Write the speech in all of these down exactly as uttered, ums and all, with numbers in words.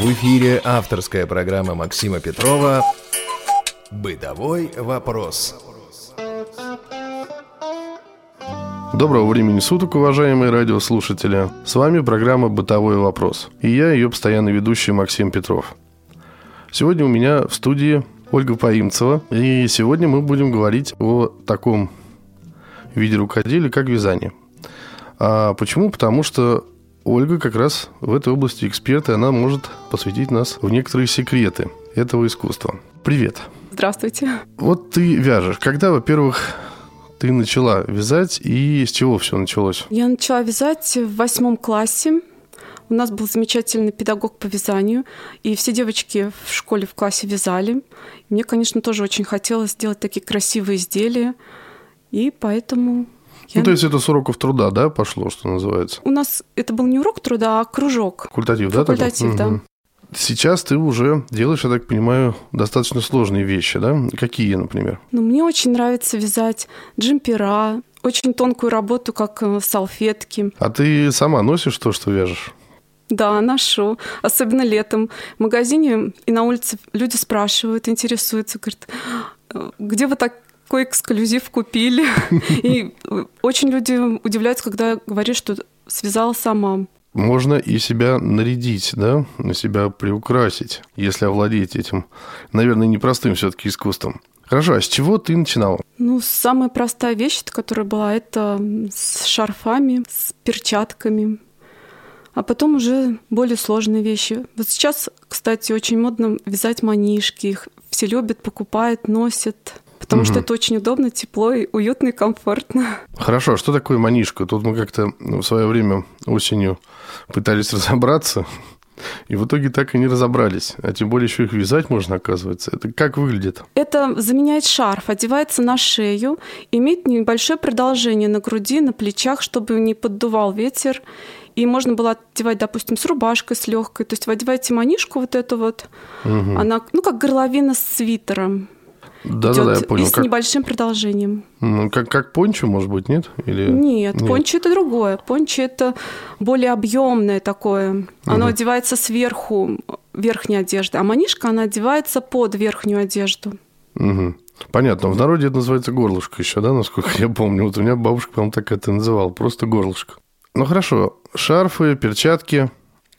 В эфире авторская программа Максима Петрова «Бытовой вопрос». Доброго времени суток, уважаемые радиослушатели. С вами программа «Бытовой вопрос». И я, ее постоянный ведущий Максим Петров. Сегодня у меня в студии Ольга Поимцева. И сегодня мы будем говорить о таком виде рукоделия, как вязание. А почему? Потому что Ольга как раз в этой области эксперт, и она может посвятить нас в некоторые секреты этого искусства. Привет. Здравствуйте. Вот ты вяжешь. Когда, во-первых, ты начала вязать и с чего все началось? Я начала вязать в восьмом классе. У нас был замечательный педагог по вязанию, и все девочки в школе в классе вязали. Мне, конечно, тоже очень хотелось сделать такие красивые изделия, и поэтому... Я... Ну, то есть это с уроков труда, да, пошло, что называется? У нас это был не урок труда, а кружок. Факультатив, да? Факультатив, да. Угу. Сейчас ты уже делаешь, я так понимаю, достаточно сложные вещи, да? Какие, например? Ну, мне очень нравится вязать джемпера, очень тонкую работу, как салфетки. А ты сама носишь то, что вяжешь? Да, ношу. Особенно летом. В магазине и на улице люди спрашивают, интересуются, говорят, где вы так... Какой эксклюзив купили. И очень люди удивляются, когда говоришь, что связала сама. Можно и себя нарядить, да, на себя приукрасить, если овладеть этим, наверное, непростым все-таки искусством. Хорошо, а с чего ты начинала? Ну, самая простая вещь, которая была, это с шарфами, с перчатками. А потом уже более сложные вещи. Вот сейчас, кстати, очень модно вязать манишки. Их все любят, покупают, носят. Потому угу. что это очень удобно, тепло, и уютно и комфортно. Хорошо, а что такое манишка? Тут мы как-то в свое время осенью пытались разобраться, и в итоге так и не разобрались. А тем более еще их вязать можно, оказывается. Это как выглядит? Это заменяет шарф, одевается на шею, имеет небольшое продолжение на груди, на плечах, чтобы не поддувал ветер. И можно было одевать, допустим, с рубашкой, с легкой. То есть вы одеваете манишку вот эту вот, угу. она, ну, как горловина с свитером. Да, да, да, я понял. И с как... небольшим продолжением. Ну, как, как пончо, может быть, нет? Или... Нет, нет, пончо это другое. Пончо это более объемное такое. Оно угу. одевается сверху верхней одежды, а манишка, она одевается под верхнюю одежду. Угу. Понятно. В народе это называется горлышко еще, да, насколько я помню. Вот у меня бабушка, по-моему, так это называла, просто горлышко. Ну, хорошо. Шарфы, перчатки...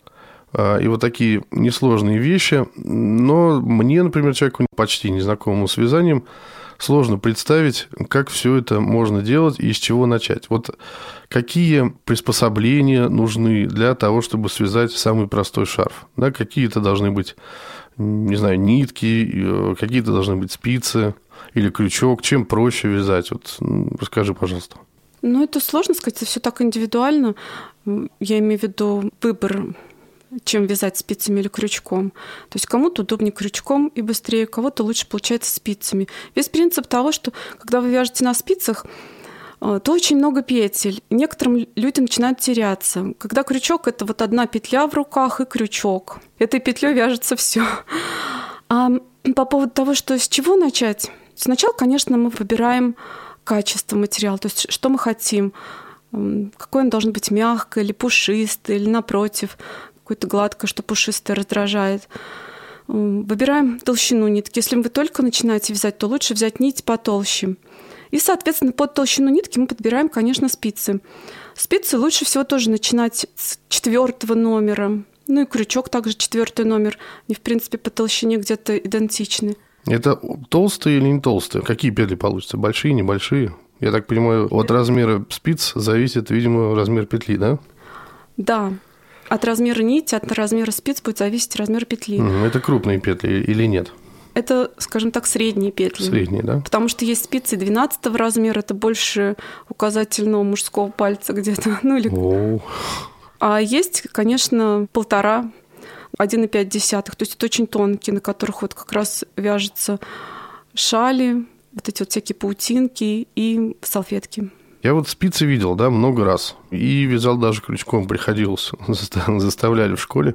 И вот такие несложные вещи. Но мне, например, человеку почти незнакомому с вязанием, сложно представить, как все это можно делать и с чего начать. Вот какие приспособления нужны для того, чтобы связать самый простой шарф? Да, какие-то должны быть, не знаю, нитки, какие-то должны быть спицы или крючок. Чем проще вязать? Вот расскажи, пожалуйста. Ну, это сложно сказать, это все так индивидуально. Я имею в виду выбор, чем вязать спицами или крючком. То есть кому-то удобнее крючком и быстрее, кого-то лучше получается спицами. Весь принцип того, что когда вы вяжете на спицах, то очень много петель. Некоторым люди начинают теряться. Когда крючок — это вот одна петля в руках и крючок. Этой петлей вяжется все. А по поводу того, что с чего начать? Сначала, конечно, мы выбираем качество материала, то есть что мы хотим. Какое он должен быть мягкое или пушистое, или напротив, какое-то гладкое, что пушистое раздражает. Выбираем толщину нитки. Если вы только начинаете вязать, то лучше взять нить потолще. И, соответственно, под толщину нитки мы подбираем, конечно, спицы. Спицы лучше всего тоже начинать с четвертого номера. Ну и крючок также четвертый номер. Они, в принципе, по толщине где-то идентичны. Это толстые или не толстые? Какие петли получатся? Большие, небольшие? Я так понимаю, от размера спиц зависит, видимо, размер петли, да? Да. От размера нити, от размера спиц будет зависеть размер петли. Это крупные петли или нет? Это, скажем так, средние петли. Средние, да? Потому что есть спицы двенадцатого размера, это больше указательного мужского пальца где-то. Ну, или... О. А есть, конечно, полтора, один и пять десятых. То есть это очень тонкие, на которых вот как раз вяжутся шали, вот эти вот всякие паутинки и салфетки. Я вот спицы видел, да, много раз. И вязал даже крючком, приходилось. Заставляли в школе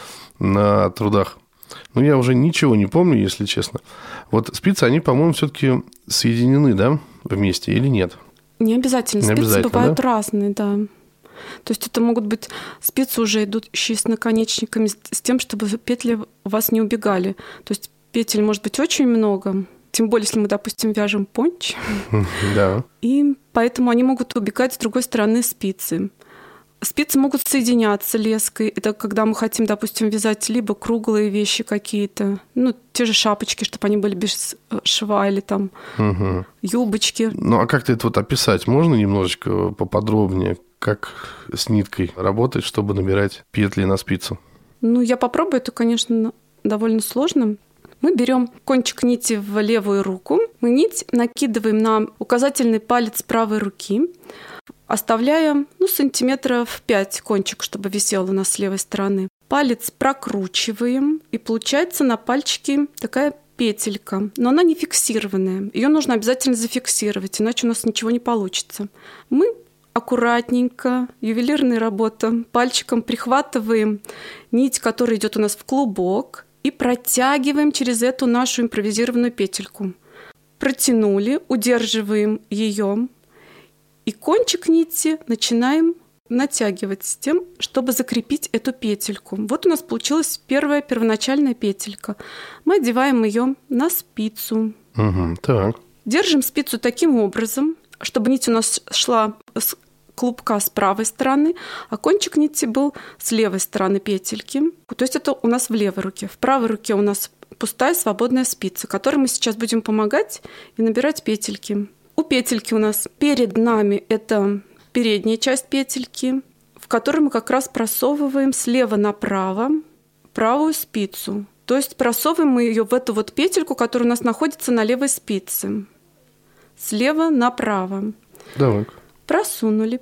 на трудах. Но я уже ничего не помню, если честно. Вот спицы, они, по-моему, все-таки соединены, да, вместе или нет? Не обязательно. Не Спицы обязательно, бывают да? разные, да. То есть это могут быть спицы, уже идущие с наконечниками, с тем, чтобы петли у вас не убегали. То есть петель может быть очень много, тем более, если мы, допустим, вяжем понч. Да. И поэтому они могут убегать с другой стороны спицы. Спицы могут соединяться леской. Это когда мы хотим, допустим, вязать либо круглые вещи какие-то, ну, те же шапочки, чтобы они были без шва, или там угу. юбочки. Ну, а как-то это вот описать можно немножечко поподробнее, как с ниткой работать, чтобы набирать петли на спицу? Ну, я попробую. Это, конечно, довольно сложно. Мы берем кончик нити в левую руку, мы нить накидываем на указательный палец правой руки, оставляем ну, сантиметров пять кончик, чтобы висел у нас с левой стороны. Палец прокручиваем, и получается на пальчике такая петелька, но она не фиксированная. Ее нужно обязательно зафиксировать, иначе у нас ничего не получится. Мы аккуратненько, ювелирная работа, пальчиком прихватываем нить, которая идет у нас в клубок, и протягиваем через эту нашу импровизированную петельку. Протянули, удерживаем ее, и кончик нити начинаем натягивать с тем, чтобы закрепить эту петельку. Вот у нас получилась первая первоначальная петелька. Мы одеваем ее на спицу. Угу, так. Держим спицу таким образом, чтобы нить у нас шла с клубка с правой стороны, а кончик нити был с левой стороны петельки. То есть это у нас в левой руке. В правой руке у нас пустая свободная спица, которой мы сейчас будем помогать и набирать петельки. У петельки у нас перед нами это передняя часть петельки, в которой мы как раз просовываем слева направо правую спицу. То есть просовываем мы ее в эту вот петельку, которая у нас находится на левой спице. Слева направо. Давай. Просунули.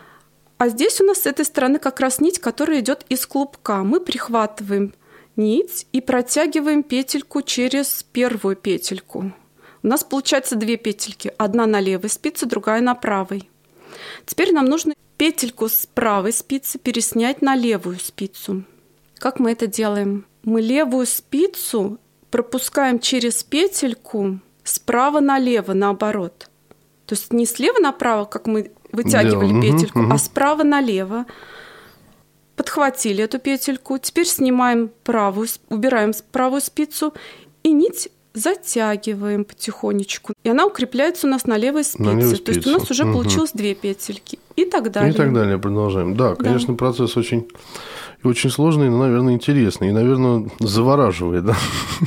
А здесь у нас с этой стороны как раз нить, которая идет из клубка. Мы прихватываем нить и протягиваем петельку через первую петельку. У нас получается две петельки. Одна на левой спице, другая на правой. Теперь нам нужно петельку с правой спицы переснять на левую спицу. Как мы это делаем? Мы левую спицу пропускаем через петельку справа налево, наоборот. То есть не слева направо, как мы вытягивали Дело. петельку, угу, угу. а справа налево. Подхватили эту петельку. Теперь снимаем правую, убираем правую спицу и нить затягиваем потихонечку. И она укрепляется у нас на левой спице. На левой спице. То есть у нас уже угу. получилось две петельки. И так далее. И так далее. Продолжаем. Да, конечно, да. процесс очень, очень сложный, но, наверное, интересный. И, наверное, завораживает. Да?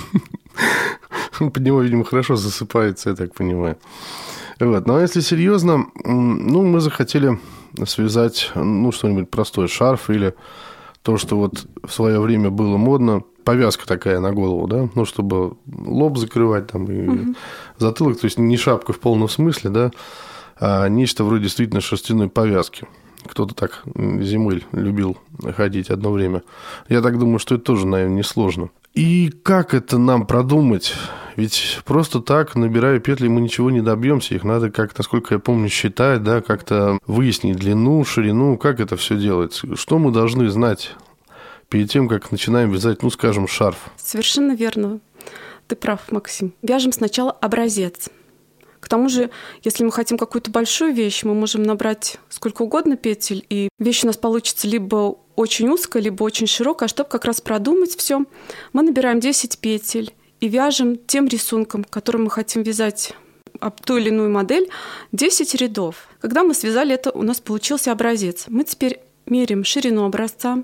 Под него, видимо, хорошо засыпается, я так понимаю. Вот. Ну, а если серьезно, ну, мы захотели связать, ну, что-нибудь простое, шарф или то, что вот в свое время было модно, повязка такая на голову, да, ну, чтобы лоб закрывать там и угу. затылок, то есть не шапка в полном смысле, да, а нечто вроде действительно шерстяной повязки. Кто-то так зимой любил ходить одно время. Я так думаю, что это тоже, наверное, несложно. И как это нам продумать? Ведь просто так, набирая петли, мы ничего не добьемся. Их надо, как, насколько я помню, считать, да, как-то выяснить длину, ширину, как это все делается. Что мы должны знать перед тем, как начинаем вязать, ну, скажем, шарф? Совершенно верно. Ты прав, Максим. Вяжем сначала образец. К тому же, если мы хотим какую-то большую вещь, мы можем набрать сколько угодно петель, и вещь у нас получится либо очень узкая, либо очень широкая. А чтобы как раз продумать все, мы набираем десять петель и вяжем тем рисунком, которым мы хотим вязать об ту или иную модель, десять рядов. Когда мы связали это, у нас получился образец. Мы теперь меряем ширину образца.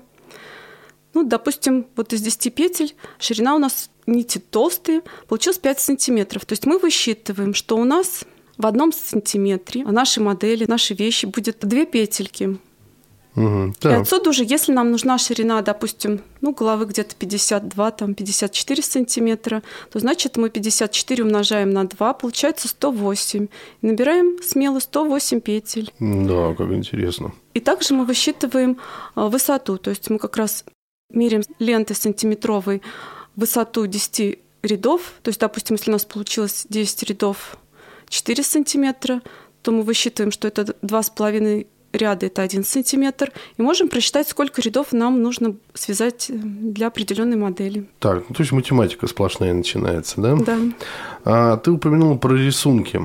Ну, допустим, вот из десяти петель ширина у нас нити толстые, получилось пять сантиметров. То есть мы высчитываем, что у нас в одном сантиметре нашей модели, нашей вещи будет две петельки. Угу, и отсюда уже, если нам нужна ширина, допустим, ну, головы где-то пятьдесят два, там, пятьдесят четыре сантиметра, то значит мы пятьдесят четыре умножаем на два, получается сто восемь. И набираем смело сто восемь петель. Да, как интересно. И также мы высчитываем высоту, то есть мы как раз меряем лентой сантиметровой высоту десять рядов. То есть, допустим, если у нас получилось десять рядов четыре сантиметра, то мы высчитываем, что это два с половиной ряда, это один сантиметр, и можем просчитать, сколько рядов нам нужно связать для определенной модели. Так, ну, то есть математика сплошная начинается, да? Да. А ты упомянула про рисунки.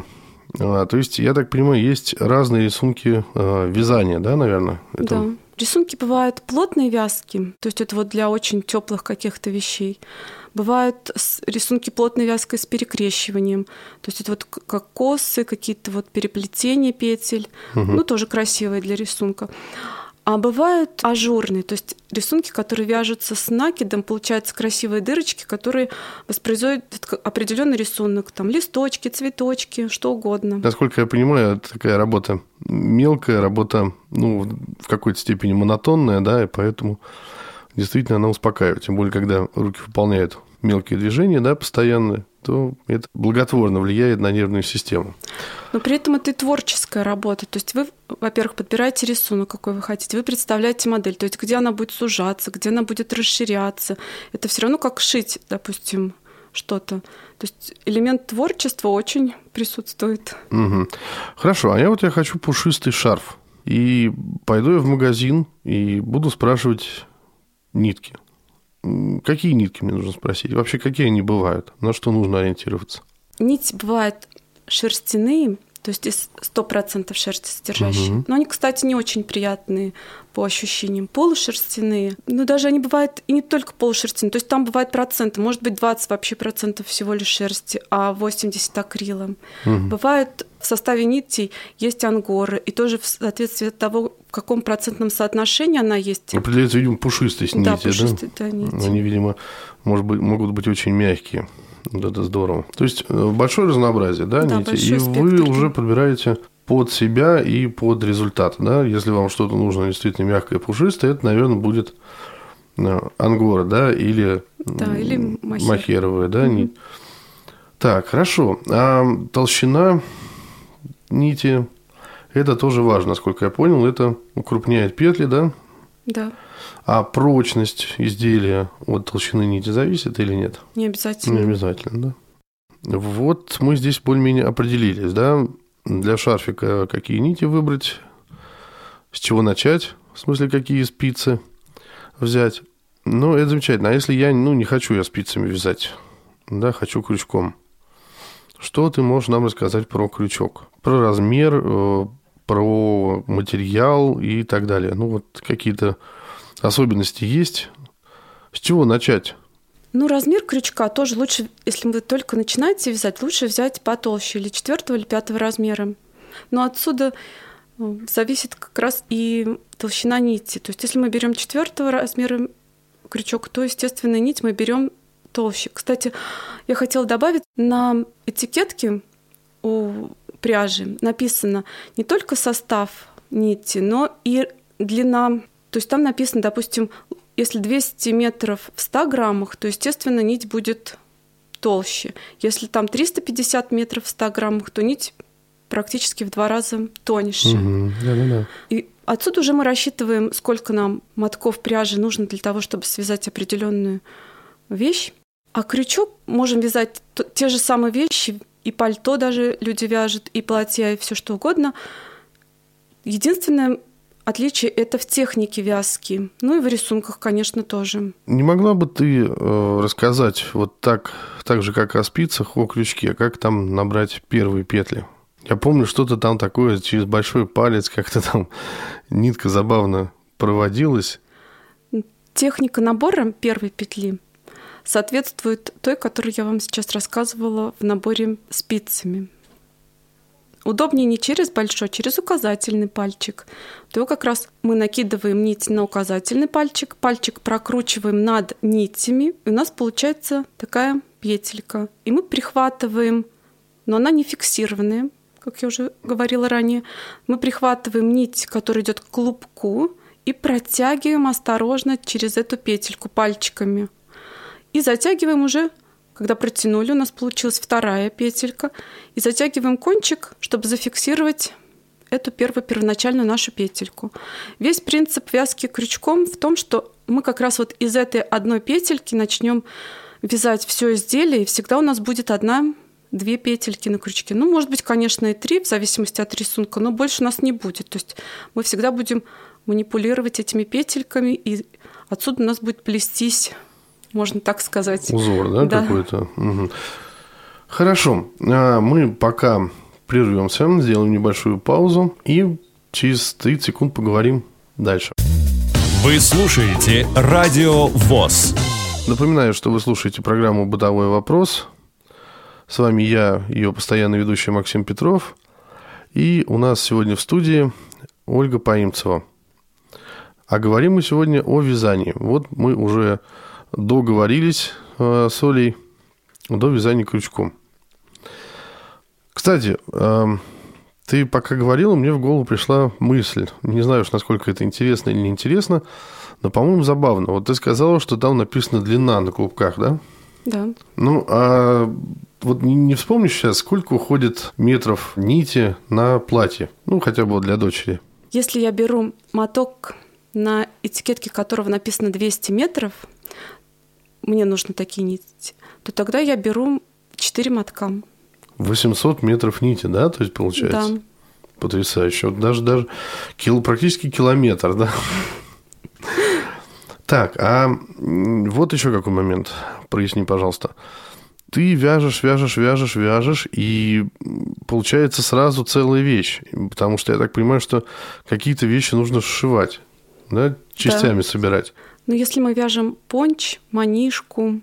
А, то есть, я так понимаю, есть разные рисунки э, вязания, да, наверное? Это... Да. Рисунки бывают плотные, вязкие, то есть это вот для очень теплых каких-то вещей. Бывают рисунки плотной вязкой с перекрещиванием, то есть это вот как косы, какие-то вот переплетения петель, угу. ну тоже красивые для рисунка. А бывают ажурные, то есть рисунки, которые вяжутся с накидом, получаются красивые дырочки, которые воспроизводят определенный рисунок, там листочки, цветочки, что угодно. Насколько я понимаю, это такая работа мелкая, работа, ну, в какой-то степени монотонная, да, и поэтому действительно она успокаивает. Тем более, когда руки выполняют мелкие движения, да, постоянно, то это благотворно влияет на нервную систему. Но при этом это и творческая работа. То есть вы, во-первых, подбираете рисунок, какой вы хотите, вы представляете модель, то есть где она будет сужаться, где она будет расширяться. Это все равно как шить, допустим, что-то. То есть элемент творчества очень присутствует. Угу. Хорошо, а я вот я хочу пушистый шарф. И пойду я в магазин и буду спрашивать нитки. Какие нитки мне нужно спросить? Вообще, какие они бывают? На что нужно ориентироваться? Нити бывают шерстяные, то есть сто процентов шерсти содержащие. Угу. Но они, кстати, не очень приятные по ощущениям. Полушерстяные. Но даже они бывают и не только полушерстяные. То есть там бывают проценты. Может быть, двадцать вообще процентов всего лишь шерсти, а восемьдесят акрилом. Угу. Бывает в составе нитей есть ангоры. И тоже в соответствии от того, в каком процентном соотношении она есть. Определяется, видимо, пушистость нити, да? Пушистые, да? Да, нити. Они, видимо, может быть, могут быть очень мягкие. Вот это здорово. То есть большое разнообразие, да, да нити? И спектр. Вы уже подбираете под себя и под результат, да? Если вам что-то нужно действительно мягкое, пушистое, это, наверное, будет ангора, да, или, да, или махер. махеровая, да, угу. нить. Так, хорошо. А толщина нити, это тоже важно, насколько я понял, это укрупняет петли, да? Да. А прочность изделия от толщины нити зависит или нет? Не обязательно. Не обязательно, да. Вот мы здесь более-менее определились, да, для шарфика какие нити выбрать, с чего начать, в смысле, какие спицы взять. Ну, это замечательно. А если я, ну, не хочу я спицами вязать, да, хочу крючком, что ты можешь нам рассказать про крючок? Про размер, про материал и так далее. Ну, вот какие-то особенности есть. С чего начать? Ну, размер крючка тоже лучше, если вы только начинаете вязать, лучше взять потолще, или четвертого, или пятого размера. Но отсюда зависит как раз и толщина нити. То есть, если мы берем четвертого размера крючок, то, естественно, нить мы берем толще. Кстати, я хотела добавить, на этикетке у пряжи написано не только состав нити, но и длина. То есть там написано, допустим, если двести метров в ста граммах, то, естественно, нить будет толще. Если там триста пятьдесят метров в ста граммах, то нить практически в два раза тоньше. Угу. Да, да, да. И отсюда уже мы рассчитываем, сколько нам мотков пряжи нужно для того, чтобы связать определенную вещь. А крючок можем вязать те же самые вещи, и пальто даже люди вяжут, и платья, и все что угодно. Единственное отличие – это в технике вязки, ну и в рисунках, конечно, тоже. Не могла бы ты э, рассказать вот так, так же, как о спицах, о крючке, как там набрать первые петли? Я помню, что-то там такое через большой палец, как-то там нитка забавно проводилась. Техника набора первой петли соответствует той, которую я вам сейчас рассказывала в наборе спицами. Удобнее не через большой, а через указательный пальчик. То как раз мы накидываем нить на указательный пальчик, пальчик прокручиваем над нитями, и у нас получается такая петелька. И мы прихватываем, но она не фиксированная, как я уже говорила ранее. Мы прихватываем нить, которая идет к клубку, и протягиваем осторожно через эту петельку пальчиками. И затягиваем уже. Когда протянули, у нас получилась вторая петелька. И затягиваем кончик, чтобы зафиксировать эту первую первоначальную нашу петельку. Весь принцип вязки крючком в том, что мы как раз вот из этой одной петельки начнем вязать все изделие, и всегда у нас будет одна-две петельки на крючке. Ну, может быть, конечно, и три, в зависимости от рисунка, но больше у нас не будет. То есть мы всегда будем манипулировать этими петельками, и отсюда у нас будет плестись, можно так сказать. Узор, да, да. какой-то? Угу. Хорошо. Мы пока прервемся, сделаем небольшую паузу и через тридцать секунд поговорим дальше. Вы слушаете Радио ВОС. Напоминаю, что вы слушаете программу «Бытовой вопрос». С вами я, ее постоянный ведущий Максим Петров. И у нас сегодня в студии Ольга Поимцева. А говорим мы сегодня о вязании. Вот мы уже договорились э, с Олей до вязания крючком. Кстати, э, ты пока говорила, мне в голову пришла мысль. Не знаю уж, насколько это интересно или неинтересно, но, по-моему, забавно. Вот ты сказала, что там написана длина на клубках, да? Да. Ну, а вот не вспомнишь сейчас, сколько уходит метров нити на платье? Ну, хотя бы вот для дочери. Если я беру моток, на этикетке которого написано двести метров, мне нужны такие нити, то тогда я беру четыре мотка. восемьсот метров нити, да? То есть, получается? Да. Потрясающе. Вот даже, даже кил, практически километр, да? Так, а вот еще какой момент. Проясни, пожалуйста. Ты вяжешь, вяжешь, вяжешь, вяжешь, и получается сразу целая вещь. Потому что я так понимаю, что какие-то вещи нужно сшивать, да? Частями да. собирать. Ну, если мы вяжем понч, манишку,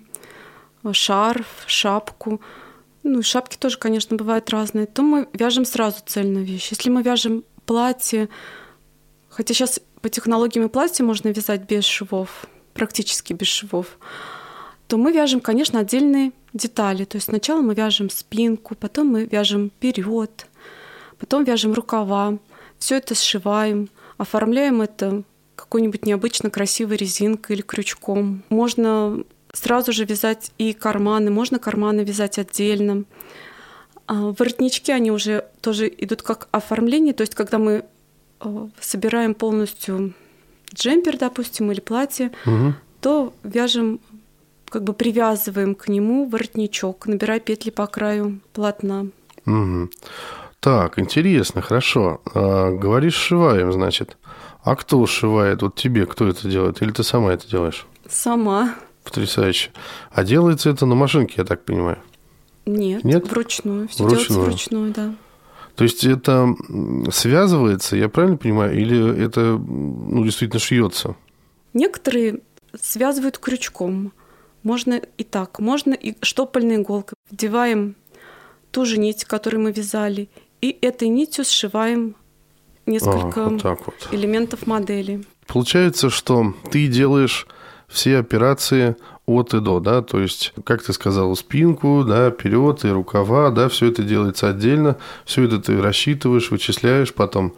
шарф, шапку, ну, шапки тоже, конечно, бывают разные, то мы вяжем сразу цельную вещь. Если мы вяжем платье, хотя сейчас по технологиям и платье можно вязать без швов, практически без швов, то мы вяжем, конечно, отдельные детали. То есть сначала мы вяжем спинку, потом мы вяжем вперед, потом вяжем рукава, все это сшиваем, оформляем это какой-нибудь необычно красивой резинкой или крючком. Можно сразу же вязать и карманы, можно карманы вязать отдельно. А воротнички, они уже тоже идут как оформление, то есть когда мы собираем полностью джемпер, допустим, или платье, угу. то вяжем, как бы привязываем к нему воротничок, набирая петли по краю полотна. Угу. Так, интересно, хорошо. А, говоришь, сшиваем, значит. А кто сшивает? Вот тебе кто это делает? Или ты сама это делаешь? Сама. Потрясающе. А делается это на машинке, я так понимаю? Нет, Нет? вручную. Все вручную. делается вручную, да. То есть это связывается, я правильно понимаю, или это ну, действительно шьется? Некоторые связывают крючком. Можно и так. Можно и штопольной иголкой. Вдеваем ту же нить, которую мы вязали, и этой нитью сшиваем несколько а, вот так вот. элементов модели. Получается, что ты делаешь все операции от и до, да, то есть, как ты сказала, спинку, да, вперед и рукава, да, все это делается отдельно, все это ты рассчитываешь, вычисляешь, потом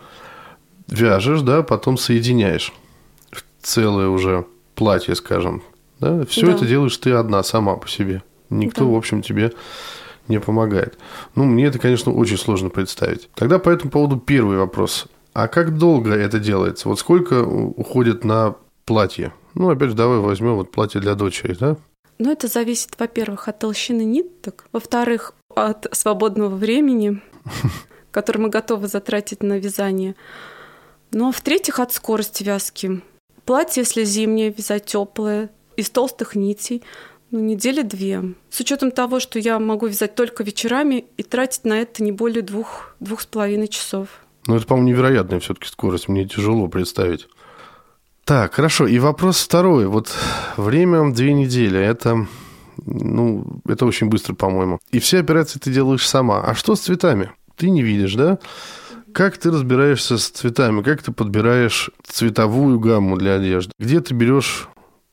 вяжешь, да, потом соединяешь в целое уже платье, скажем, да, все да. это делаешь ты одна, сама по себе, никто, да. в общем, тебе не помогает. Ну, мне это, конечно, очень сложно представить. Тогда по этому поводу первый вопрос. А как долго это делается? Вот сколько уходит на платье? Ну, опять же, давай возьмем вот платье для дочери, да? Ну, это зависит, во-первых, от толщины ниток, во-вторых, от свободного времени, которое мы готовы затратить на вязание. Ну, а в-третьих, от скорости вязки. Платье, если зимнее, вязать теплое, из толстых нитей, ну, недели две. С учетом того, что я могу вязать только вечерами и тратить на это не более двух, двух с половиной часов. Ну, это, по-моему, невероятная все-таки скорость, мне тяжело представить. Так, хорошо. И вопрос второй. Вот время две недели. Это, ну, это очень быстро, по-моему. И все операции ты делаешь сама. А что с цветами? Ты не видишь, да? Как ты разбираешься с цветами? Как ты подбираешь цветовую гамму для одежды? Где ты берешь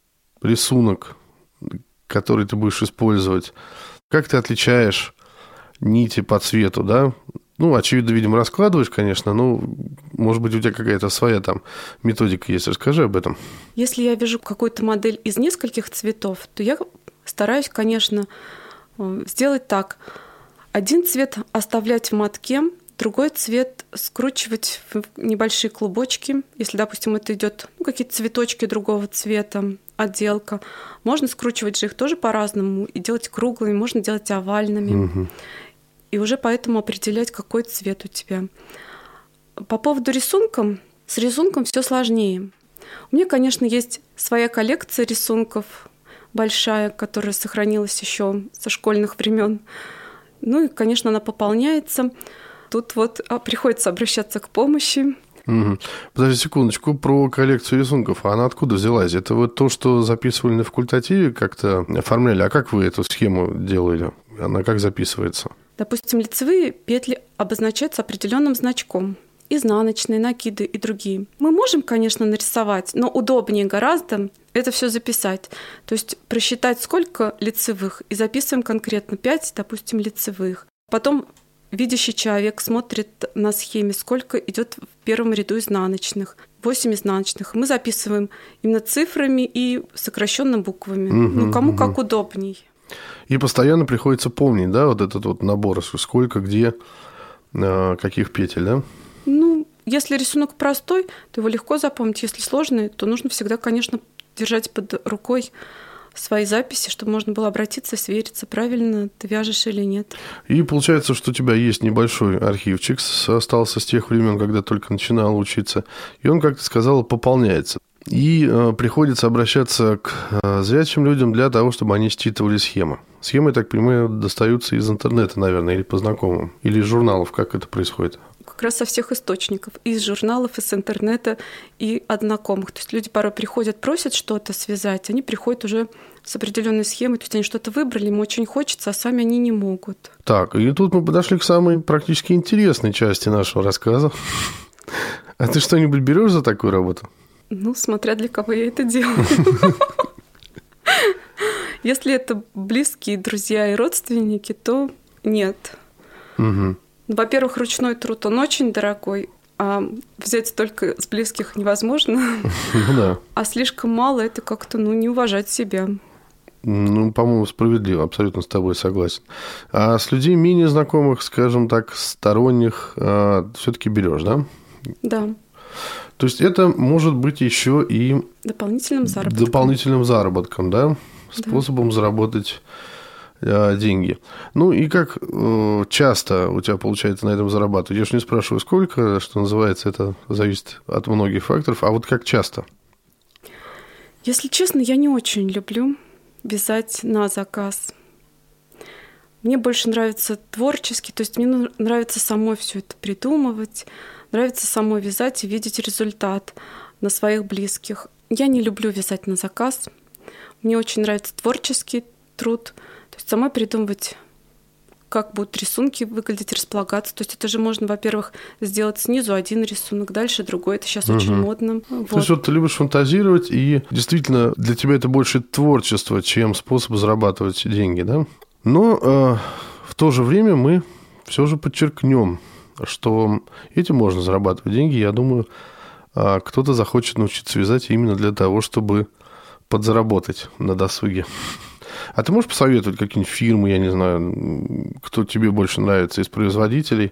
рисунок, который ты будешь использовать? Как ты отличаешь нити по цвету, да? Ну, очевидно, видимо, раскладываешь, конечно, но, может быть, у тебя какая-то своя там методика есть. Расскажи об этом. Если я вяжу какую-то модель из нескольких цветов, то я стараюсь, конечно, сделать так. Один цвет оставлять в мотке, другой цвет скручивать в небольшие клубочки. Если, допустим, это идет ну, какие-то цветочки другого цвета, отделка. Можно скручивать же их тоже по-разному и делать круглыми, можно делать овальными. Угу. И уже поэтому определять, какой цвет у тебя. По поводу рисунка, с рисунком все сложнее. У меня, конечно, есть своя коллекция рисунков, большая, которая сохранилась еще со школьных времен. Ну и, конечно, она пополняется. тут вот а, приходится обращаться к помощи. Угу. Подожди секундочку, про коллекцию рисунков. А она откуда взялась? Это вот то, что записывали на факультативе, как-то оформляли. А как вы эту схему делали? Она как записывается? Допустим, лицевые петли обозначаются определенным значком. Изнаночные, накиды и другие. Мы можем, конечно, нарисовать, но удобнее гораздо это все записать. То есть просчитать, сколько лицевых, и записываем конкретно пять, допустим, лицевых. Потом видящий человек смотрит на схеме, сколько идет в первом ряду изнаночных. восемь изнаночных. Мы записываем именно цифрами и сокращенными буквами. Угу, ну, кому угу. как удобней. И постоянно приходится помнить, да, вот этот вот набор, сколько, где, каких петель, да? Ну, если рисунок простой, то его легко запомнить. Если сложный, то нужно всегда, конечно, держать под рукой свои записи, чтобы можно было обратиться, свериться, правильно ты вяжешь или нет. И получается, что у тебя есть небольшой архивчик, остался с тех времен, когда только начинал учиться, и он, как ты сказала, пополняется. И э, приходится обращаться к э, зрячим людям для того, чтобы они считывали схемы. Схемы, я так понимаю, достаются из интернета, наверное, или по знакомым, или из журналов. Как это происходит? Как раз со всех источников. Из журналов, из интернета и от знакомых. То есть люди порой приходят, просят что-то связать, они приходят уже с определенной схемой, то есть они что-то выбрали, им очень хочется, а сами они не могут. Так, и тут мы подошли к самой практически интересной части нашего рассказа. А ты что-нибудь берешь за такую работу? Ну, смотря для кого я это делаю. Если это близкие друзья и родственники, то нет. Во-первых, ручной труд, он очень дорогой, а взять только с близких невозможно. Ну да. А слишком мало, это как-то, ну, не уважать себя. Ну, по-моему, справедливо, абсолютно с тобой согласен. А с людьми менее знакомых, скажем так, сторонних, все-таки берешь, да? Да. То есть это может быть еще и дополнительным заработком. Дополнительным заработком, да? Способом да. заработать э, деньги. Ну и как э, часто у тебя получается на этом зарабатывать? Я же не спрашиваю, сколько, что называется, это зависит от многих факторов. А вот как часто? Если честно, я не очень люблю вязать на заказ. Мне больше нравится творчески, то есть мне нравится самой все это придумывать. Нравится самой вязать и видеть результат на своих близких. Я не люблю вязать на заказ. Мне очень нравится творческий труд. То есть самой придумывать, как будут рисунки выглядеть, располагаться. То есть это же можно, во-первых, сделать снизу один рисунок, дальше другой. Это сейчас угу. очень модно. Вот. То есть вот ты любишь фантазировать, и действительно для тебя это больше творчество, чем способ зарабатывать деньги, да? Но э, в то же время мы все же подчеркнем, что этим можно зарабатывать деньги. Я думаю, кто-то захочет научиться вязать именно для того, чтобы подзаработать на досуге. А ты можешь посоветовать какие-нибудь фирмы, я не знаю, кто тебе больше нравится из производителей,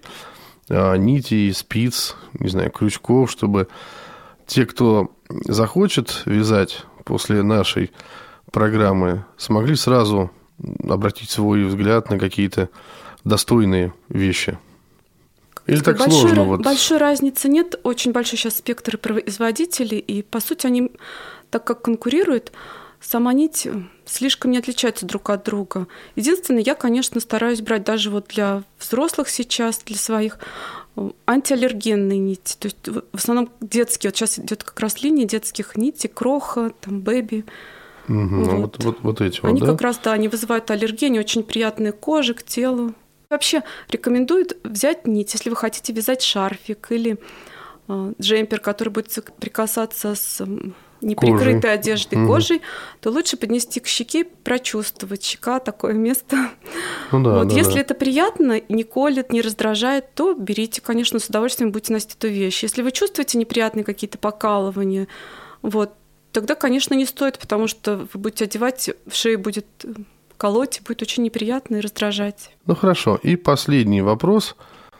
нитей, спиц, не знаю, крючков, чтобы те, кто захочет вязать после нашей программы, смогли сразу обратить свой взгляд на какие-то достойные вещи? Или так большой, сложно? Вот... Большой разницы нет. Очень большой сейчас спектр производителей. И, по сути, они, так как конкурируют, сама нить слишком не отличается друг от друга. Единственное, я, конечно, стараюсь брать даже вот для взрослых сейчас, для своих, антиаллергенные нити. То есть в основном детские. Вот сейчас идет как раз линия детских нитей, кроха, там, бэби. Угу, вот. Вот, вот, вот эти они вот, да? как раз, да, они вызывают аллергию, они очень приятные коже, к телу. Вообще рекомендуют взять нить, если вы хотите вязать шарфик или э, джемпер, который будет прикасаться с неприкрытой кожей. одеждой, угу. кожей, то лучше поднести к щеке, прочувствовать. Щека — такое место. Ну, да, вот, да, если да. это приятно, не колет, не раздражает, то берите, конечно, с удовольствием будете носить эту вещь. Если вы чувствуете неприятные какие-то покалывания, вот, тогда, конечно, не стоит, потому что вы будете одевать, в шее будет... колоть, будет очень неприятно и раздражать. Ну, хорошо. И последний вопрос.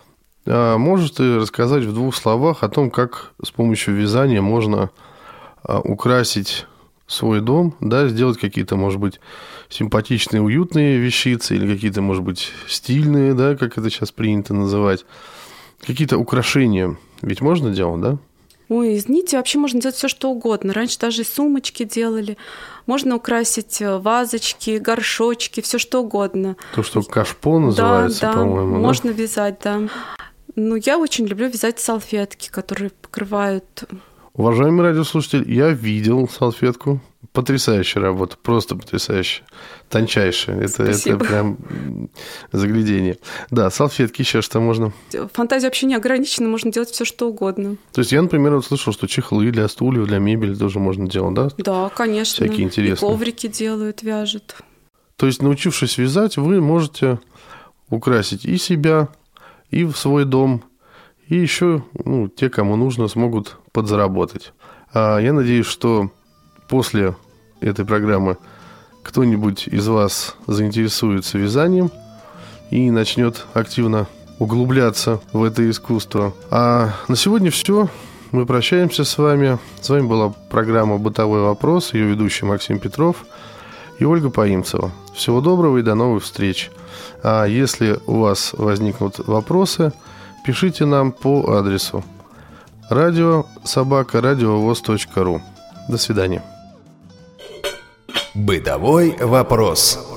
Можешь ты рассказать в двух словах о том, как с помощью вязания можно украсить свой дом, да, сделать какие-то, может быть, симпатичные, уютные вещицы или какие-то, может быть, стильные, да, как это сейчас принято называть, какие-то украшения ведь можно делать, да? Ой, из нити вообще можно делать все, что угодно. Раньше даже сумочки делали. Можно украсить вазочки, горшочки, все что угодно. То, что кашпо называется, да, да, по-моему. Можно да? вязать, да. Ну, я очень люблю вязать салфетки, которые покрывают... Уважаемый радиослушатель, я видел салфетку. Потрясающая работа, просто потрясающая. Тончайшая. Это, это прям заглядение. Да, салфетки еще что можно. Фантазия вообще не ограничена, можно делать все что угодно. То есть я, например, вот слышал, что чехлы для стульев, для мебели тоже можно делать, да? Да, конечно. Всякие интересные. И коврики делают, вяжут. То есть, научившись вязать, вы можете украсить и себя, и в свой дом, и еще, ну, те, кому нужно, смогут подзаработать. А я надеюсь, что после этой программы кто-нибудь из вас заинтересуется вязанием и начнет активно углубляться в это искусство. А на сегодня все. Мы прощаемся с вами. С вами была программа «Бытовой вопрос», ее ведущий Максим Петров и Ольга Поимцева. Всего доброго и до новых встреч. А если у вас возникнут вопросы, пишите нам по адресу радио собака радиовоз точка ру. До свидания. Бытовой вопрос.